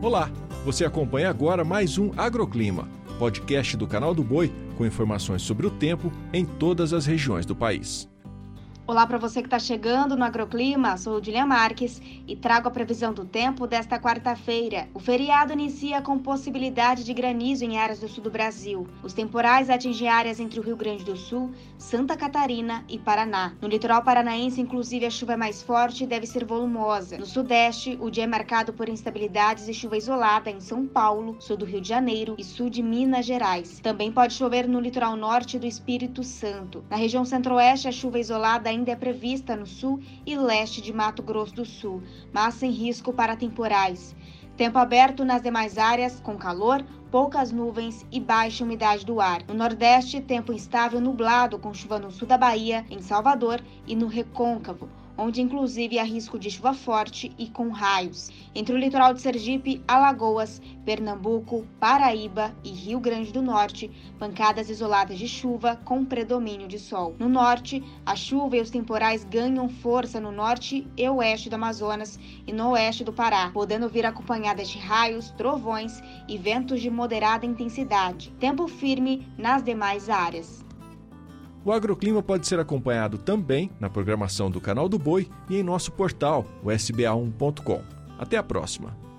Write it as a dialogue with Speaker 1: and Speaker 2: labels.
Speaker 1: Olá, você acompanha agora mais um Agroclima, podcast do Canal do Boi com informações sobre o tempo em todas as regiões do país.
Speaker 2: Olá para você que está chegando no Agroclima, sou Odília Marques e trago a previsão do tempo desta quarta-feira. O feriado inicia com possibilidade de granizo em áreas do sul do Brasil. Os temporais atingem áreas entre o Rio Grande do Sul, Santa Catarina e Paraná. No litoral paranaense, inclusive, a chuva é mais forte e deve ser volumosa. No sudeste, o dia é marcado por instabilidades e chuva isolada em São Paulo, sul do Rio de Janeiro e sul de Minas Gerais. Também pode chover no litoral norte do Espírito Santo. Na região centro-oeste, a chuva isolada ainda é prevista no sul e leste de Mato Grosso do Sul, mas sem risco para temporais. Tempo aberto nas demais áreas, com calor, poucas nuvens e baixa umidade do ar. No Nordeste, tempo instável nublado, com chuva no sul da Bahia, em Salvador e no Recôncavo, onde inclusive há risco de chuva forte e com raios. Entre o litoral de Sergipe, Alagoas, Pernambuco, Paraíba e Rio Grande do Norte, pancadas isoladas de chuva com predomínio de sol. No norte, a chuva e os temporais ganham força no norte e oeste do Amazonas e no oeste do Pará, podendo vir acompanhadas de raios, trovões e ventos de moderada intensidade. Tempo firme nas demais áreas.
Speaker 1: O Agroclima pode ser acompanhado também na programação do Canal do Boi e em nosso portal, o sba1.com. Até a próxima!